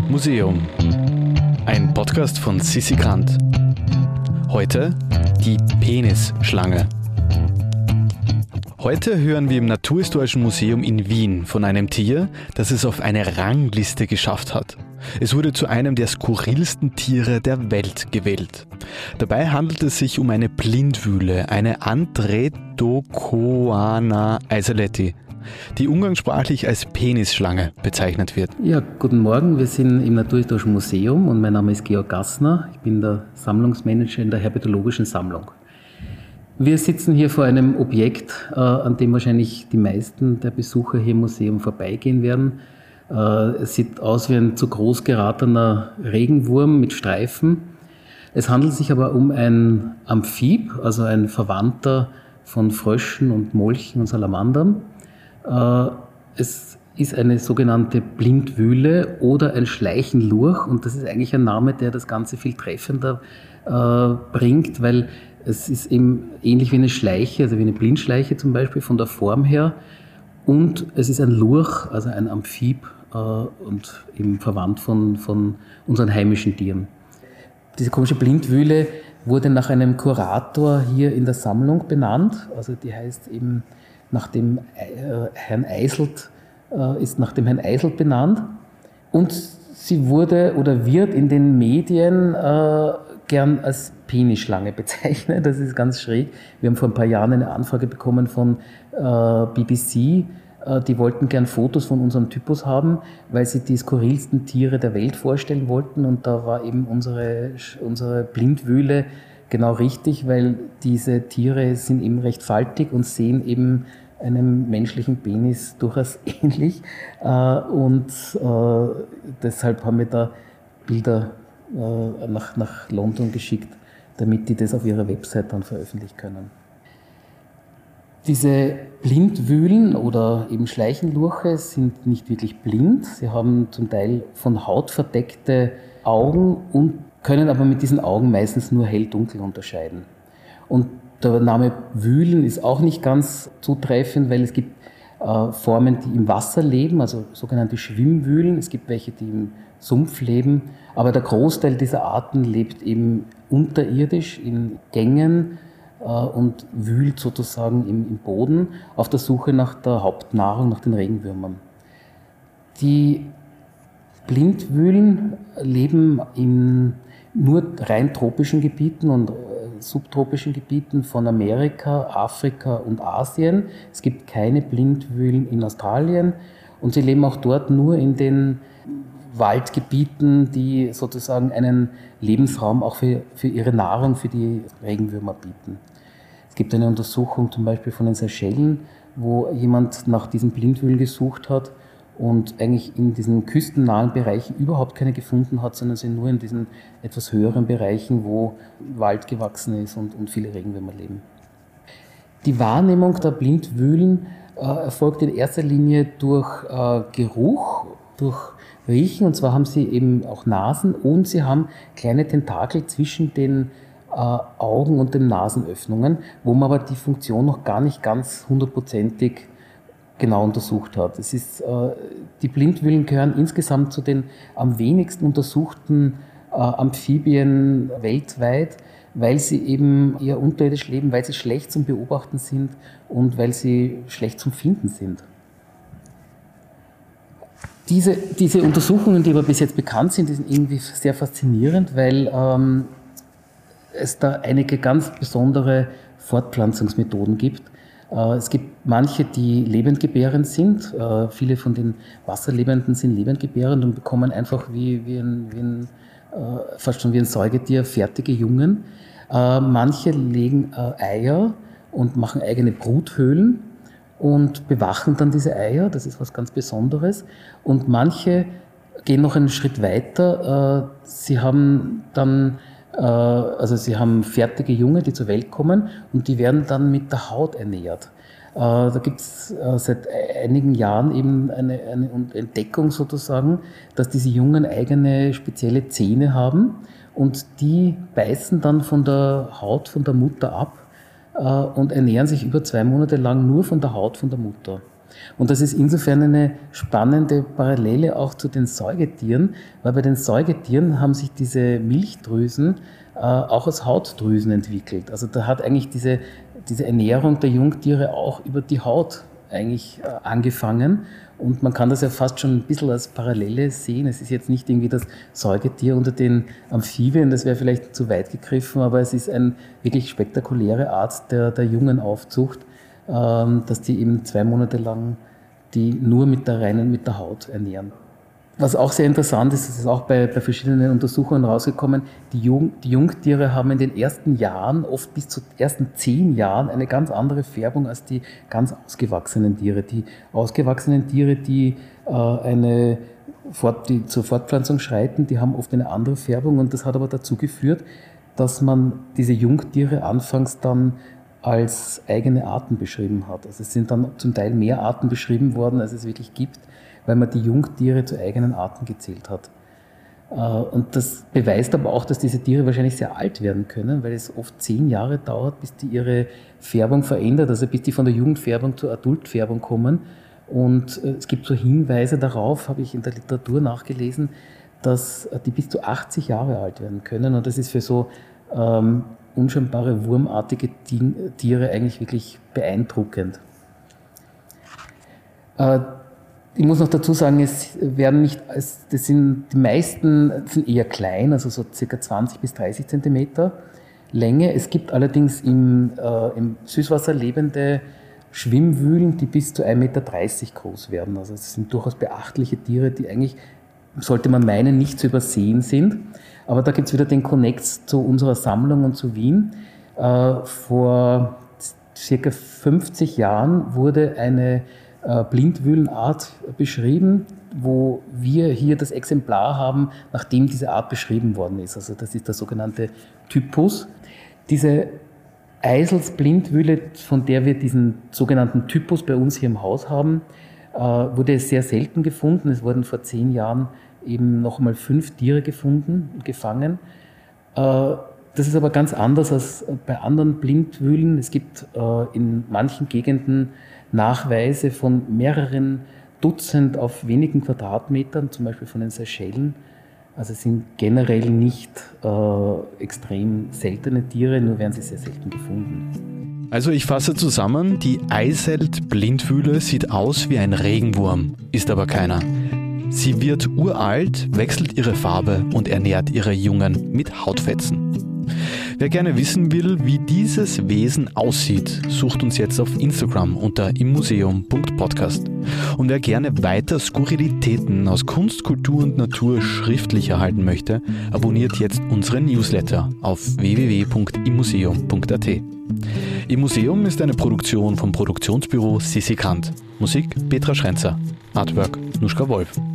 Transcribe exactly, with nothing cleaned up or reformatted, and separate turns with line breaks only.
Museum. Ein Podcast von Sissi Grant. Heute die Penisschlange. Heute hören wir im Naturhistorischen Museum in Wien von einem Tier, das es auf eine Rangliste geschafft hat. Es wurde zu einem der skurrilsten Tiere der Welt gewählt. Dabei handelt es sich um eine Blindwühle, eine Andretokoana isaletti, die umgangssprachlich als Penisschlange bezeichnet wird.
Ja, guten Morgen, wir sind im Naturhistorischen Museum und mein Name ist Georg Gassner. Ich bin der Sammlungsmanager in der Herpetologischen Sammlung. Wir sitzen hier vor einem Objekt, äh, an dem wahrscheinlich die meisten der Besucher hier im Museum vorbeigehen werden. Äh, es sieht aus wie ein zu groß geratener Regenwurm mit Streifen. Es handelt sich aber um ein Amphib, also ein Verwandter von Fröschen und Molchen und Salamandern. Äh, es ist eine sogenannte Blindwühle oder ein Schleichenlurch, und das ist eigentlich ein Name, der das Ganze viel treffender äh, bringt, weil es ist eben ähnlich wie eine Schleiche, also wie eine Blindschleiche zum Beispiel von der Form her, und es ist ein Lurch, also ein Amphib äh, und eben verwandt von, von unseren heimischen Tieren. Diese komische Blindwühle wurde nach einem Kurator hier in der Sammlung benannt, also die heißt eben nach dem äh, Herrn Eiselt, äh, ist nach dem Herrn Eiselt benannt, und sie wurde oder wird in den Medien äh, gern als Penisschlange bezeichnet. Das ist ganz schräg. Wir haben vor ein paar Jahren eine Anfrage bekommen von äh, B B C. Äh, die wollten gern Fotos von unserem Typus haben, weil sie die skurrilsten Tiere der Welt vorstellen wollten. Und da war eben unsere, unsere Blindwühle genau richtig, weil diese Tiere sind eben recht faltig und sehen eben einem menschlichen Penis durchaus ähnlich. Äh, und äh, deshalb haben wir da Bilder äh, nach, nach London geschickt, damit die das auf ihrer Website dann veröffentlichen können. Diese Blindwühlen oder eben Schleichenlurche sind nicht wirklich blind. Sie haben zum Teil von Haut verdeckte Augen und können aber mit diesen Augen meistens nur hell-dunkel unterscheiden. Und der Name Wühlen ist auch nicht ganz zutreffend, weil es gibt äh, Formen, die im Wasser leben, also sogenannte Schwimmwühlen. Es gibt welche, die im Sumpf leben, aber der Großteil dieser Arten lebt eben unterirdisch in Gängen äh, und wühlt sozusagen im, im Boden auf der Suche nach der Hauptnahrung, nach den Regenwürmern. Die Blindwühlen leben in nur rein tropischen Gebieten und äh, subtropischen Gebieten von Amerika, Afrika und Asien. Es gibt keine Blindwühlen in Australien, und sie leben auch dort nur in den Waldgebieten, die sozusagen einen Lebensraum auch für, für ihre Nahrung, für die Regenwürmer bieten. Es gibt eine Untersuchung zum Beispiel von den Seychellen, wo jemand nach diesen Blindwühlen gesucht hat und eigentlich in diesen küstennahen Bereichen überhaupt keine gefunden hat, sondern sie nur in diesen etwas höheren Bereichen, wo Wald gewachsen ist und, und viele Regenwürmer leben. Die Wahrnehmung der Blindwühlen äh, erfolgt in erster Linie durch äh, Geruch, durch Riechen, und zwar haben sie eben auch Nasen und sie haben kleine Tentakel zwischen den äh, Augen und den Nasenöffnungen, wo man aber die Funktion noch gar nicht ganz hundertprozentig genau untersucht hat. Es ist, äh, die Blindwühlen gehören insgesamt zu den am wenigsten untersuchten äh, Amphibien weltweit, weil sie eben eher unterirdisch leben, weil sie schlecht zum Beobachten sind und weil sie schlecht zum Finden sind. Diese, diese Untersuchungen, die aber bis jetzt bekannt sind, die sind irgendwie sehr faszinierend, weil ähm, es da einige ganz besondere Fortpflanzungsmethoden gibt. Äh, es gibt manche, die lebendgebärend sind. Äh, viele von den Wasserlebenden sind lebendgebärend und bekommen einfach wie, wie, ein, wie ein, äh, fast schon wie ein Säugetier fertige Jungen. Äh, manche legen äh, Eier und machen eigene Bruthöhlen und bewachen dann diese Eier, das ist was ganz Besonderes. Und manche gehen noch einen Schritt weiter. Sie haben dann, also sie haben fertige Junge, die zur Welt kommen, und die werden dann mit der Haut ernährt. Da gibt es seit einigen Jahren eben eine, eine Entdeckung sozusagen, dass diese Jungen eigene spezielle Zähne haben, und die beißen dann von der Haut von der Mutter ab und ernähren sich über zwei Monate lang nur von der Haut von der Mutter. Und das ist insofern eine spannende Parallele auch zu den Säugetieren, weil bei den Säugetieren haben sich diese Milchdrüsen äh, auch als Hautdrüsen entwickelt. Also da hat eigentlich diese, diese Ernährung der Jungtiere auch über die Haut eigentlich äh, angefangen. Und man kann das ja fast schon ein bisschen als Parallele sehen. Es ist jetzt nicht irgendwie das Säugetier unter den Amphibien, das wäre vielleicht zu weit gegriffen, aber es ist eine wirklich spektakuläre Art der, der Jungenaufzucht, ähm, dass die eben zwei Monate lang die nur mit der reinen, mit der Haut ernähren. Was auch sehr interessant ist, das ist auch bei, bei verschiedenen Untersuchungen rausgekommen, die, Jung, die Jungtiere haben in den ersten Jahren, oft bis zu ersten zehn Jahren, eine ganz andere Färbung als die ganz ausgewachsenen Tiere. Die ausgewachsenen Tiere, die, äh, eine Fort, die zur Fortpflanzung schreiten, die haben oft eine andere Färbung und das hat aber dazu geführt, dass man diese Jungtiere anfangs dann als eigene Arten beschrieben hat. Also es sind dann zum Teil mehr Arten beschrieben worden, als es wirklich gibt, weil man die Jungtiere zu eigenen Arten gezählt hat. Und das beweist aber auch, dass diese Tiere wahrscheinlich sehr alt werden können, weil es oft zehn Jahre dauert, bis die ihre Färbung verändert, also bis die von der Jugendfärbung zur Adultfärbung kommen. Und es gibt so Hinweise darauf, habe ich in der Literatur nachgelesen, dass die bis zu achtzig Jahre alt werden können. Und das ist für so ähm, unscheinbare wurmartige Tiere eigentlich wirklich beeindruckend. Äh, Ich muss noch dazu sagen, es werden nicht, es, das sind, die meisten sind eher klein, also so circa zwanzig bis dreißig Zentimeter Länge. Es gibt allerdings im, äh, im Süßwasser lebende Schwimmwühlen, die bis zu ein Meter dreißig groß werden. Also es sind durchaus beachtliche Tiere, die eigentlich, sollte man meinen, nicht zu übersehen sind. Aber da gibt es wieder den Connect zu unserer Sammlung und zu Wien. Äh, vor circa fünfzig Jahren wurde eine Blindwühlenart beschrieben, wo wir hier das Exemplar haben, nachdem diese Art beschrieben worden ist. Also das ist der sogenannte Typus. Diese Eisels-Blindwühle, von der wir diesen sogenannten Typus bei uns hier im Haus haben, wurde sehr selten gefunden. Es wurden vor zehn Jahren eben noch einmal fünf Tiere gefunden und gefangen. Das ist aber ganz anders als bei anderen Blindwühlen. Es gibt in manchen Gegenden Nachweise von mehreren Dutzend auf wenigen Quadratmetern, zum Beispiel von den Seychellen. Also es sind generell nicht äh, extrem seltene Tiere, nur werden sie sehr selten gefunden.
Also ich fasse zusammen, die Eiselt-Blindwühle sieht aus wie ein Regenwurm, ist aber keiner. Sie wird uralt, wechselt ihre Farbe und ernährt ihre Jungen mit Hautfetzen. Wer gerne wissen will, wie dieses Wesen aussieht, sucht uns jetzt auf Instagram unter immuseum punkt podcast. Und wer gerne weiter Skurrilitäten aus Kunst, Kultur und Natur schriftlich erhalten möchte, abonniert jetzt unseren Newsletter auf w w w punkt immuseum punkt a t. Immuseum ist eine Produktion vom Produktionsbüro Sissi Grant. Musik Petra Schrenzer. Artwork Nuschka Wolf.